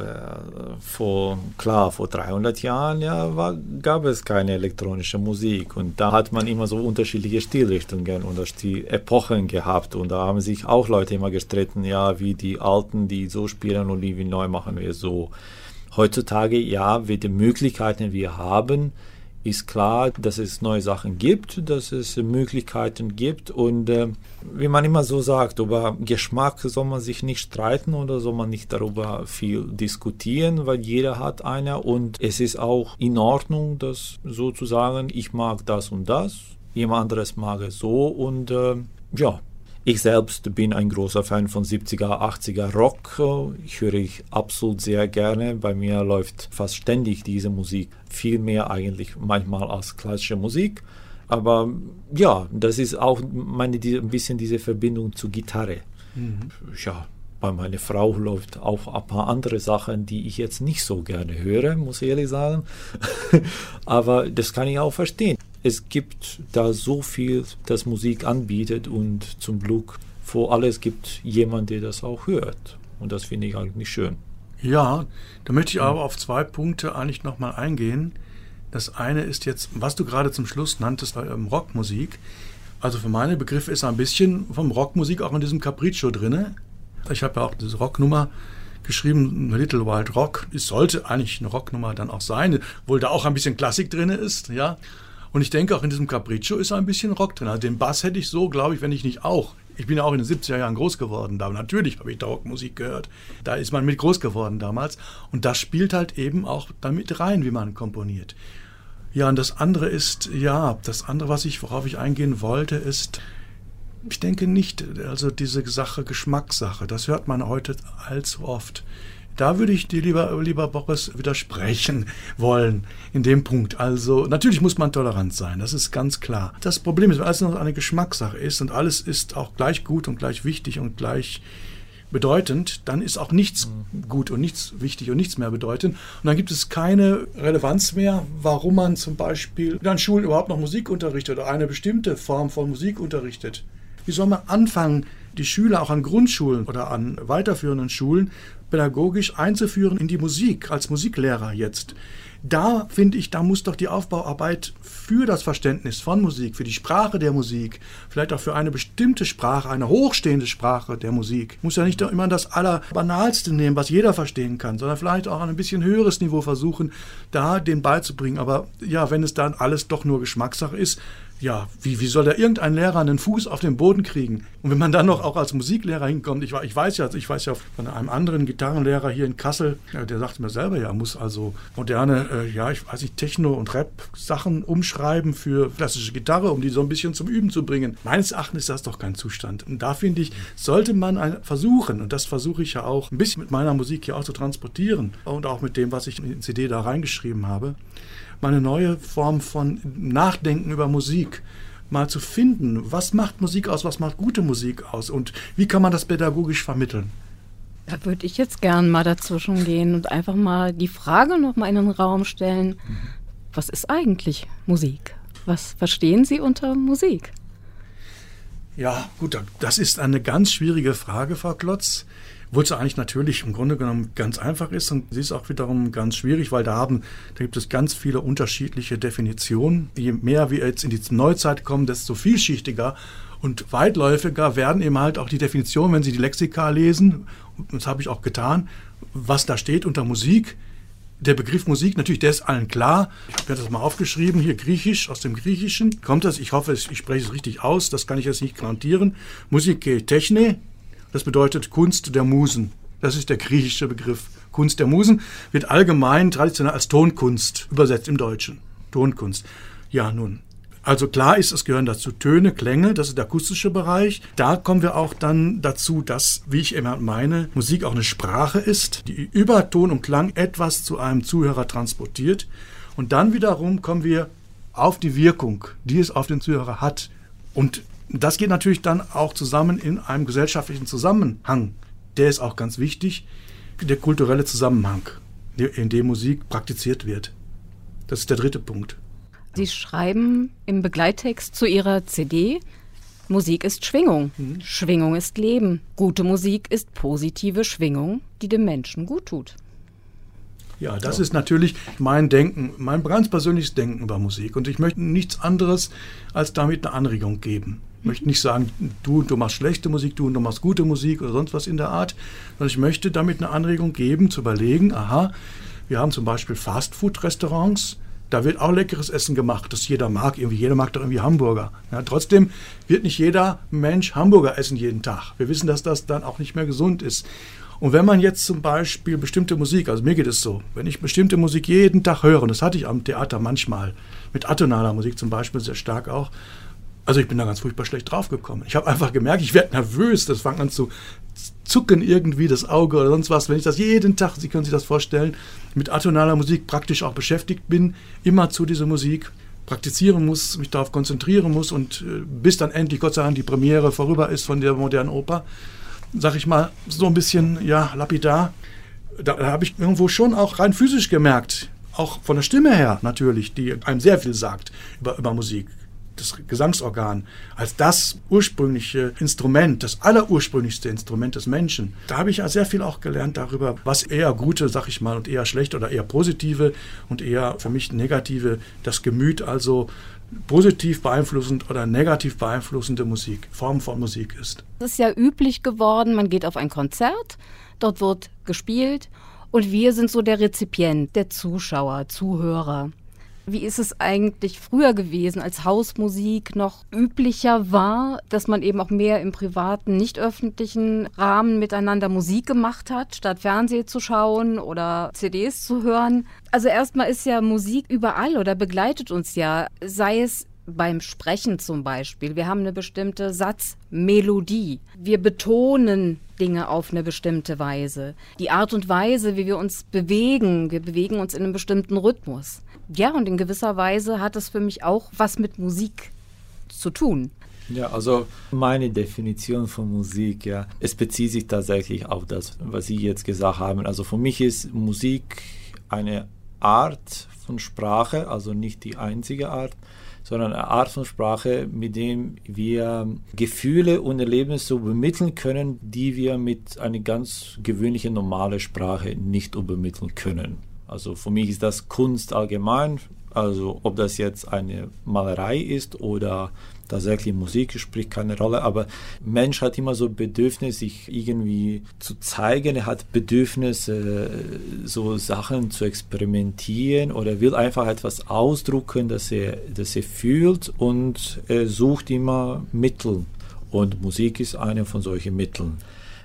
vor 300 Jahren gab es keine elektronische Musik und da hat man immer so unterschiedliche Stilrichtungen und Epochen gehabt und da haben sich auch Leute immer gestritten, ja, wie die Alten, die so spielen und wie neu machen wir so. Heutzutage, ja, mit den Möglichkeiten, die wir haben, ist klar, dass es neue Sachen gibt, dass es Möglichkeiten gibt und wie man immer so sagt, über Geschmack soll man sich nicht streiten oder soll man nicht darüber viel diskutieren, weil jeder hat einer und es ist auch in Ordnung, dass sozusagen ich mag das und das, jemand anderes mag es so und ja. Ich selbst bin ein großer Fan von 70er, 80er Rock. Ich höre ich absolut sehr gerne. Bei mir läuft fast ständig diese Musik. Viel mehr eigentlich manchmal als klassische Musik. Aber ja, das ist auch ein bisschen diese Verbindung zur Gitarre. Ja, bei meiner Frau läuft auch ein paar andere Sachen, die ich jetzt nicht so gerne höre, muss ich ehrlich sagen. Aber das kann ich auch verstehen. Es gibt da so viel, das Musik anbietet und zum Glück vor alles gibt jemand, der das auch hört. Und das finde ich eigentlich schön. Ja, da möchte ich aber auf 2 Punkte eigentlich nochmal eingehen. Das eine ist jetzt, was du gerade zum Schluss nanntest, Rockmusik. Also für meine Begriffe ist ein bisschen vom Rockmusik auch in diesem Capriccio drin. Ich habe ja auch diese Rocknummer geschrieben, Little Wild Rock. Es sollte eigentlich eine Rocknummer dann auch sein, obwohl da auch ein bisschen Klassik drin ist, ja. Und ich denke, auch in diesem Capriccio ist ein bisschen Rock drin. Also den Bass hätte ich so, glaube ich, wenn ich nicht auch. Ich bin ja auch in den 70er Jahren groß geworden. Da natürlich habe ich da Rockmusik gehört. Da ist man mit groß geworden damals. Und das spielt halt eben auch damit rein, wie man komponiert. Ja, und das andere ist, worauf ich eingehen wollte, ist, ich denke nicht, also diese Sache, Geschmackssache, das hört man heute allzu oft. Da würde ich dir, lieber Boris, widersprechen wollen in dem Punkt. Also natürlich muss man tolerant sein, das ist ganz klar. Das Problem ist, wenn alles noch eine Geschmackssache ist und alles ist auch gleich gut und gleich wichtig und gleich bedeutend, dann ist auch nichts gut und nichts wichtig und nichts mehr bedeutend. Und dann gibt es keine Relevanz mehr, warum man zum Beispiel in Schulen überhaupt noch Musik unterrichtet oder eine bestimmte Form von Musik unterrichtet. Wie soll man anfangen, die Schüler auch an Grundschulen oder an weiterführenden Schulen pädagogisch einzuführen in die Musik, als Musiklehrer jetzt? Da finde ich, da muss doch die Aufbauarbeit für das Verständnis von Musik, für die Sprache der Musik, vielleicht auch für eine bestimmte Sprache, eine hochstehende Sprache der Musik, muss ja nicht immer das Allerbanalste nehmen, was jeder verstehen kann, sondern vielleicht auch ein bisschen höheres Niveau versuchen, da den beizubringen. Aber ja, wenn es dann alles doch nur Geschmackssache ist, ja, wie soll da irgendein Lehrer einen Fuß auf den Boden kriegen? Und wenn man dann noch auch als Musiklehrer hinkommt, ich weiß ja von einem anderen Gitarrenlehrer hier in Kassel, der sagte mir selber, er muss also moderne, Techno- und Rap-Sachen umschreiben für klassische Gitarre, um die so ein bisschen zum Üben zu bringen. Meines Erachtens ist das doch kein Zustand. Und da finde ich, sollte man versuchen, und das versuche ich ja auch ein bisschen mit meiner Musik hier auch zu transportieren und auch mit dem, was ich in die CD da reingeschrieben habe, mal eine neue Form von Nachdenken über Musik mal zu finden. Was macht Musik aus? Was macht gute Musik aus? Und wie kann man das pädagogisch vermitteln? Da würde ich jetzt gern mal dazwischen gehen und einfach mal die Frage noch mal in den Raum stellen. Was ist eigentlich Musik? Was verstehen Sie unter Musik? Ja, gut, das ist eine ganz schwierige Frage, Frau Klotz. Obwohl es eigentlich natürlich im Grunde genommen ganz einfach ist und sie ist auch wiederum ganz schwierig, weil da gibt es ganz viele unterschiedliche Definitionen. Je mehr wir jetzt in die Neuzeit kommen, desto vielschichtiger und weitläufiger werden eben halt auch die Definitionen, wenn Sie die Lexika lesen, das habe ich auch getan, was da steht unter Musik. Der Begriff Musik, natürlich, der ist allen klar. Ich habe das mal aufgeschrieben, hier griechisch, aus dem Griechischen kommt das. Ich hoffe, ich spreche es richtig aus, das kann ich jetzt nicht garantieren. Musike techne. Das bedeutet Kunst der Musen. Das ist der griechische Begriff. Kunst der Musen wird allgemein traditionell als Tonkunst übersetzt im Deutschen. Tonkunst. Ja, nun. Also klar ist, es gehören dazu Töne, Klänge, das ist der akustische Bereich. Da kommen wir auch dann dazu, dass, wie ich immer meine, Musik auch eine Sprache ist, die über Ton und Klang etwas zu einem Zuhörer transportiert. Und dann wiederum kommen wir auf die Wirkung, die es auf den Zuhörer hat. Und das geht natürlich dann auch zusammen in einem gesellschaftlichen Zusammenhang. Der ist auch ganz wichtig. der kulturelle Zusammenhang, in dem Musik praktiziert wird. Das ist der dritte Punkt. Sie schreiben im Begleittext zu Ihrer CD: Musik ist Schwingung. Schwingung ist Leben. Gute Musik ist positive Schwingung, die dem Menschen gut tut. Ja, das ist natürlich mein Denken, mein ganz persönliches Denken über Musik. Und ich möchte nichts anderes als damit eine Anregung geben. Ich möchte nicht sagen, du machst schlechte Musik, du machst gute Musik oder sonst was in der Art, sondern ich möchte damit eine Anregung geben, zu überlegen, wir haben zum Beispiel Fastfood-Restaurants, da wird auch leckeres Essen gemacht, das jeder mag. Jeder mag doch irgendwie Hamburger. Ja, trotzdem wird nicht jeder Mensch Hamburger essen jeden Tag. Wir wissen, dass das dann auch nicht mehr gesund ist. Und wenn man jetzt zum Beispiel bestimmte Musik, also mir geht es so, wenn ich bestimmte Musik jeden Tag höre, und das hatte ich am Theater manchmal, mit atonaler Musik zum Beispiel sehr stark auch, also ich bin da ganz furchtbar schlecht draufgekommen. Ich habe einfach gemerkt, ich werde nervös, das fängt an zu zucken irgendwie, das Auge oder sonst was. Wenn ich das jeden Tag, Sie können sich das vorstellen, mit atonaler Musik praktisch auch beschäftigt bin, immer zu dieser Musik praktizieren muss, mich darauf konzentrieren muss und bis dann endlich, Gott sei Dank, die Premiere vorüber ist von der modernen Oper, sag ich mal, so ein bisschen, lapidar, da habe ich irgendwo schon auch rein physisch gemerkt, auch von der Stimme her natürlich, die einem sehr viel sagt über Musik, das Gesangsorgan, als das ursprüngliche Instrument, das allerursprünglichste Instrument des Menschen. Da habe ich ja sehr viel auch gelernt darüber, was eher gute, sag ich mal, und eher schlechte oder eher positive und eher für mich negative, das Gemüt also positiv beeinflussend oder negativ beeinflussende Form von Musik ist. Es ist ja üblich geworden, man geht auf ein Konzert, dort wird gespielt und wir sind so der Rezipient, der Zuschauer, Zuhörer. Wie ist es eigentlich früher gewesen, als Hausmusik noch üblicher war, dass man eben auch mehr im privaten, nicht öffentlichen Rahmen miteinander Musik gemacht hat, statt Fernsehen zu schauen oder CDs zu hören? Also erstmal ist ja Musik überall oder begleitet uns ja, sei es beim Sprechen zum Beispiel. Wir haben eine bestimmte Satzmelodie. Wir betonen Dinge auf eine bestimmte Weise. Die Art und Weise, wie wir uns bewegen, wir bewegen uns in einem bestimmten Rhythmus. Ja, und in gewisser Weise hat es für mich auch was mit Musik zu tun. Ja, also meine Definition von Musik, es bezieht sich tatsächlich auf das, was Sie jetzt gesagt haben. Also für mich ist Musik eine Art von Sprache, also nicht die einzige Art, sondern eine Art von Sprache, mit dem wir Gefühle und Erlebnisse übermitteln können, die wir mit einer ganz gewöhnlichen, normalen Sprache nicht übermitteln können. Also für mich ist das Kunst allgemein, also ob das jetzt eine Malerei ist oder tatsächlich Musik, spielt keine Rolle, aber Mensch hat immer so Bedürfnis, sich irgendwie zu zeigen, er hat Bedürfnis, so Sachen zu experimentieren oder will einfach etwas ausdrücken, das er fühlt und er sucht immer Mittel und Musik ist eine von solchen Mitteln.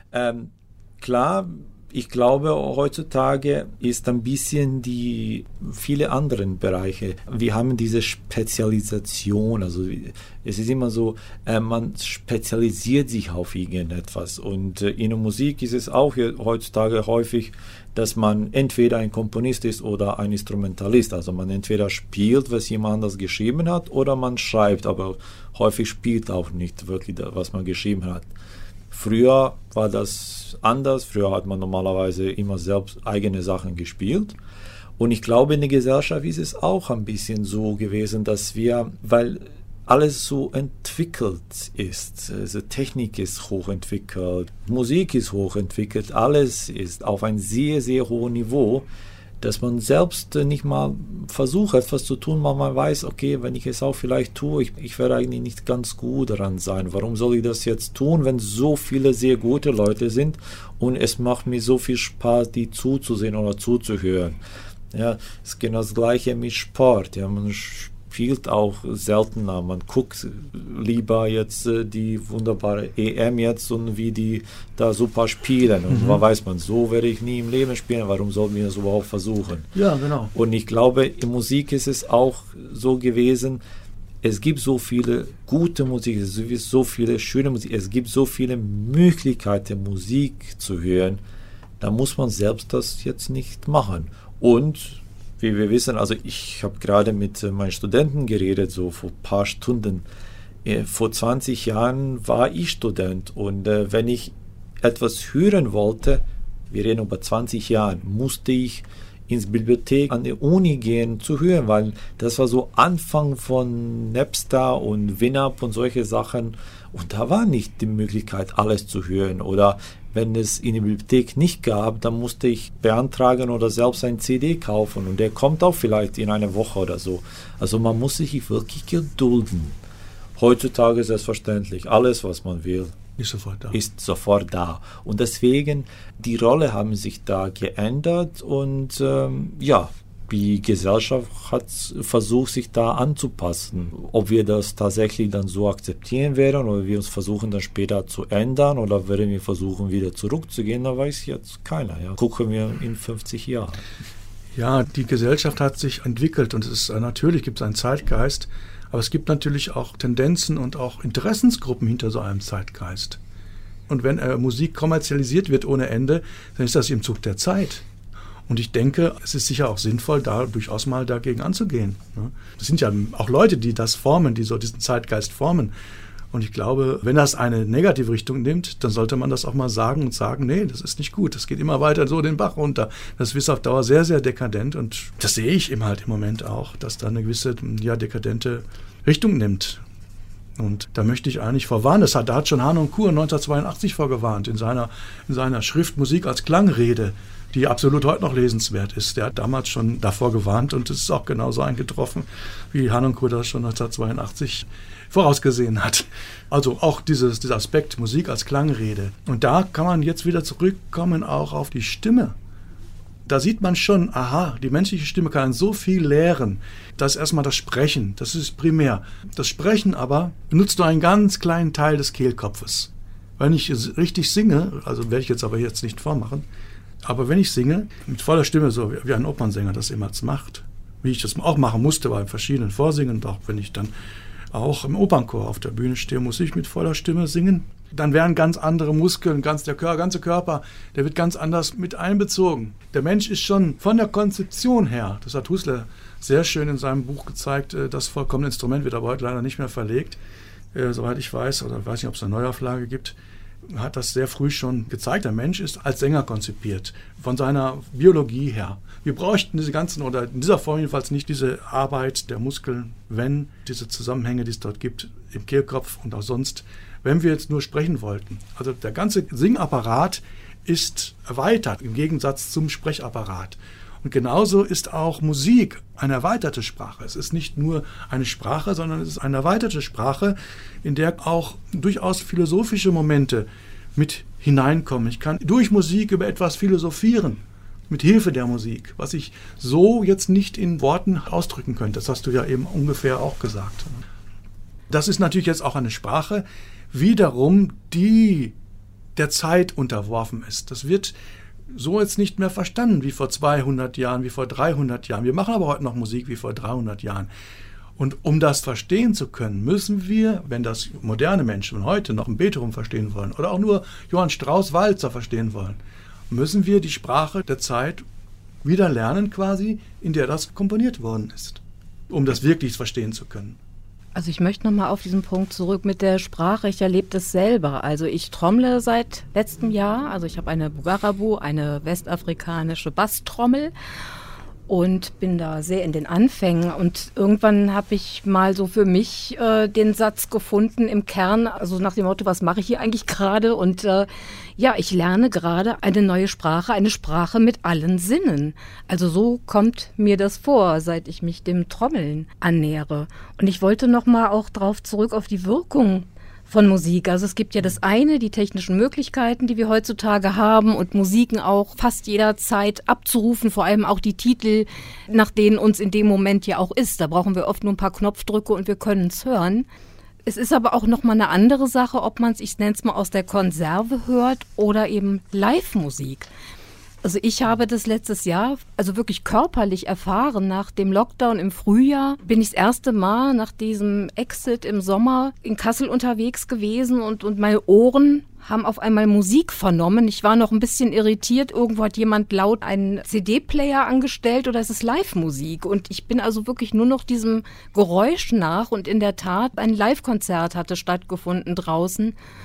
Klar, ich glaube, heutzutage ist ein bisschen die viele anderen Bereiche. Wir haben diese Spezialisation, also es ist immer so, man spezialisiert sich auf irgendetwas und in der Musik ist es auch heutzutage häufig, dass man entweder ein Komponist ist oder ein Instrumentalist, also man entweder spielt, was jemand anders geschrieben hat, oder man schreibt, aber häufig spielt auch nicht wirklich das, was man geschrieben hat. Früher war das anders. Früher hat man normalerweise immer selbst eigene Sachen gespielt. Und ich glaube, in der Gesellschaft ist es auch ein bisschen so gewesen, dass wir, weil alles so entwickelt ist, also Technik ist hochentwickelt, Musik ist hochentwickelt, alles ist auf ein sehr, sehr hohes Niveau, dass man selbst nicht mal versucht, etwas zu tun, weil man weiß, okay, wenn ich es auch vielleicht tue, ich werde eigentlich nicht ganz gut daran sein. Warum soll ich das jetzt tun, wenn so viele sehr gute Leute sind und es macht mir so viel Spaß, die zuzusehen oder zuzuhören. Ja, es ist genau das Gleiche mit Sport. Ja, man spielt auch seltener. Man guckt lieber jetzt die wunderbare EM jetzt und wie die da super spielen. Und man weiß man, so werde ich nie im Leben spielen. Warum sollten wir das überhaupt versuchen? Ja, genau. Und ich glaube, in Musik ist es auch so gewesen, es gibt so viele gute Musik, es gibt so viele schöne Musik, es gibt so viele Möglichkeiten, Musik zu hören. Da muss man selbst das jetzt nicht machen. Und wie wir wissen, also ich habe gerade mit meinen Studenten geredet, so vor ein paar Stunden. Vor 20 Jahren war ich Student und wenn ich etwas hören wollte, wir reden über 20 Jahre, musste ich ins Bibliothek an der Uni gehen zu hören, weil das war so Anfang von Napster und Winamp und solche Sachen und da war nicht die Möglichkeit, alles zu hören oder wenn es in der Bibliothek nicht gab, dann musste ich beantragen oder selbst ein CD kaufen und der kommt auch vielleicht in einer Woche oder so. Also man muss sich wirklich gedulden. Heutzutage ist selbstverständlich, alles was man will, ist sofort da. Und deswegen, die Rolle haben sich da geändert und die Gesellschaft hat versucht, sich da anzupassen. Ob wir das tatsächlich dann so akzeptieren werden oder wir uns versuchen, dann später zu ändern oder werden wir versuchen, wieder zurückzugehen, da weiß jetzt keiner. Ja. Gucken wir in 50 Jahren. Ja, die Gesellschaft hat sich entwickelt und natürlich gibt es einen Zeitgeist, aber es gibt natürlich auch Tendenzen und auch Interessensgruppen hinter so einem Zeitgeist. Und wenn Musik kommerzialisiert wird ohne Ende, dann ist das im Zug der Zeit. Und ich denke, es ist sicher auch sinnvoll, da durchaus mal dagegen anzugehen. Das sind ja auch Leute, die das formen, die so diesen Zeitgeist formen. Und ich glaube, wenn das eine negative Richtung nimmt, dann sollte man das auch mal sagen und sagen, nee, das ist nicht gut, das geht immer weiter so den Bach runter. Das ist auf Dauer sehr, sehr dekadent und das sehe ich im Moment auch, dass da eine gewisse, dekadente Richtung nimmt. Und da möchte ich eigentlich vorwarnen, da hat schon Hanon Kur 1982 vorgewarnt in seiner Schrift Musik als Klangrede, die absolut heute noch lesenswert ist. Der hat damals schon davor gewarnt und es ist auch genauso eingetroffen, wie Hanon Kur das schon 1982 vorausgesehen hat. Also auch dieser Aspekt Musik als Klangrede. Und da kann man jetzt wieder zurückkommen auch auf die Stimme. Da sieht man schon, die menschliche Stimme kann so viel lehren. Das ist erstmal das Sprechen, das ist primär. Das Sprechen aber benutzt nur einen ganz kleinen Teil des Kehlkopfes. Wenn ich richtig singe, also werde ich aber jetzt nicht vormachen, aber wenn ich singe, mit voller Stimme, so wie ein Opernsänger das immer macht, wie ich das auch machen musste bei verschiedenen Vorsingen, und auch wenn ich dann auch im Opernchor auf der Bühne stehe, muss ich mit voller Stimme singen. Dann werden ganz andere Muskeln, der ganze Körper, der wird ganz anders mit einbezogen. Der Mensch ist schon von der Konzeption her, das hat Husler sehr schön in seinem Buch gezeigt, das vollkommene Instrument wird aber heute leider nicht mehr verlegt, soweit ich weiß, oder weiß nicht, ob es eine Neuauflage gibt, hat das sehr früh schon gezeigt. Der Mensch ist als Sänger konzipiert, von seiner Biologie her. Wir bräuchten diese ganzen, oder in dieser Form jedenfalls nicht diese Arbeit der Muskeln, wenn diese Zusammenhänge, die es dort gibt, im Kehlkopf und auch sonst, wenn wir jetzt nur sprechen wollten. Also der ganze Singapparat ist erweitert im Gegensatz zum Sprechapparat. Und genauso ist auch Musik eine erweiterte Sprache. Es ist nicht nur eine Sprache, sondern es ist eine erweiterte Sprache, in der auch durchaus philosophische Momente mit hineinkommen. Ich kann durch Musik über etwas philosophieren, mit Hilfe der Musik, was ich so jetzt nicht in Worten ausdrücken könnte. Das hast du ja eben ungefähr auch gesagt. Das ist natürlich jetzt auch eine Sprache, wiederum, die der Zeit unterworfen ist. Das wird so jetzt nicht mehr verstanden wie vor 200 Jahren, wie vor 300 Jahren. Wir machen aber heute noch Musik wie vor 300 Jahren. Und um das verstehen zu können, müssen wir, wenn das moderne Menschen heute noch einen Beethoven verstehen wollen oder auch nur Johann Strauss Walzer verstehen wollen, müssen wir die Sprache der Zeit wieder lernen quasi, in der das komponiert worden ist, um das wirklich verstehen zu können. Also ich möchte nochmal auf diesen Punkt zurück mit der Sprache. Ich erlebe das selber. Also ich trommle seit letztem Jahr. Also ich habe eine Bugarabu, eine westafrikanische Basstrommel und bin da sehr in den Anfängen. Und irgendwann habe ich mal so für mich den Satz gefunden im Kern, also nach dem Motto, was mache ich hier eigentlich gerade? Und ich lerne gerade eine neue Sprache, eine Sprache mit allen Sinnen. Also so kommt mir das vor, seit ich mich dem Trommeln annähere. Und ich wollte nochmal auch drauf zurück auf die Wirkung von Musik. Also es gibt ja das eine, die technischen Möglichkeiten, die wir heutzutage haben und Musiken auch fast jederzeit abzurufen, vor allem auch die Titel, nach denen uns in dem Moment ja auch ist. Da brauchen wir oft nur ein paar Knopfdrücke und wir können es hören. Es ist aber auch nochmal eine andere Sache, ob man es, ich nenne es mal, aus der Konserve hört oder eben Live-Musik. Also ich habe das letztes Jahr also wirklich körperlich erfahren. Nach dem Lockdown im Frühjahr bin ich das erste Mal nach diesem Exit im Sommer in Kassel unterwegs gewesen und meine Ohren haben auf einmal Musik vernommen. Ich war noch ein bisschen irritiert. Irgendwo hat jemand laut einen CD-Player angestellt oder es ist Live-Musik. Und ich bin also wirklich nur noch diesem Geräusch nach und in der Tat ein Live-Konzert hatte stattgefunden draußen.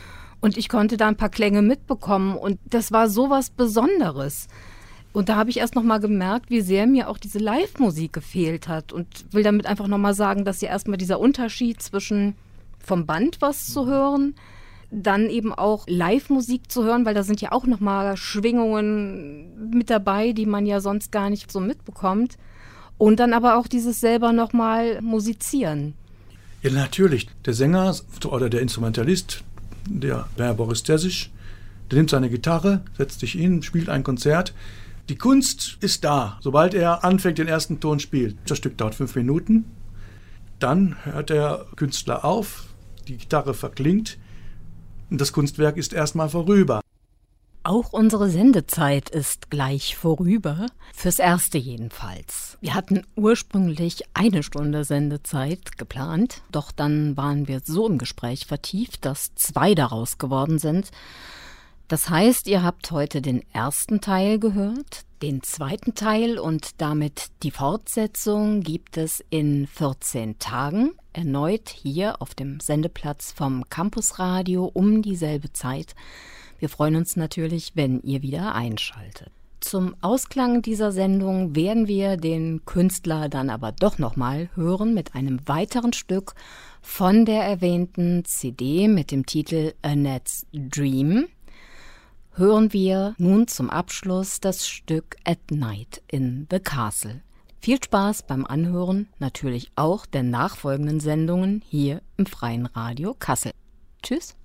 Und ich konnte da ein paar Klänge mitbekommen und das war sowas Besonderes. Und da habe ich erst nochmal gemerkt, wie sehr mir auch diese Live-Musik gefehlt hat und will damit einfach nochmal sagen, dass ja erstmal dieser Unterschied zwischen vom Band was zu hören, dann eben auch Live-Musik zu hören, weil da sind ja auch nochmal Schwingungen mit dabei, die man ja sonst gar nicht so mitbekommt. Und dann aber auch dieses selber nochmal musizieren. Ja, natürlich. Der Sänger oder der Instrumentalist, der Herr Boris Terzic, der nimmt seine Gitarre, setzt sich hin, spielt ein Konzert. Die Kunst ist da, sobald er anfängt, den ersten Ton spielt. Das Stück dauert 5 Minuten. Dann hört der Künstler auf, die Gitarre verklingt und das Kunstwerk ist erstmal vorüber. Auch unsere Sendezeit ist gleich vorüber, fürs Erste jedenfalls. Wir hatten ursprünglich 1 Stunde Sendezeit geplant, doch dann waren wir so im Gespräch vertieft, dass 2 daraus geworden sind. Das heißt, ihr habt heute den ersten Teil gehört, den zweiten Teil und damit die Fortsetzung gibt es in 14 Tagen, erneut hier auf dem Sendeplatz vom Campusradio um dieselbe Zeit. Wir freuen uns natürlich, wenn ihr wieder einschaltet. Zum Ausklang dieser Sendung werden wir den Künstler dann aber doch nochmal hören mit einem weiteren Stück von der erwähnten CD mit dem Titel Annette's Dream. Hören wir nun zum Abschluss das Stück At Night in the Castle. Viel Spaß beim Anhören, natürlich auch der nachfolgenden Sendungen hier im Freien Radio Kassel. Tschüss.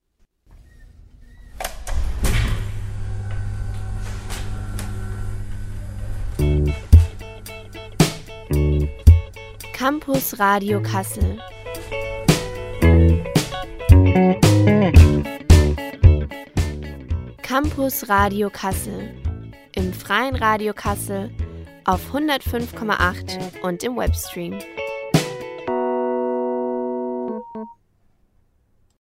Campus Radio Kassel. Campus Radio Kassel. Im Freien Radio Kassel auf 105,8 und im Webstream.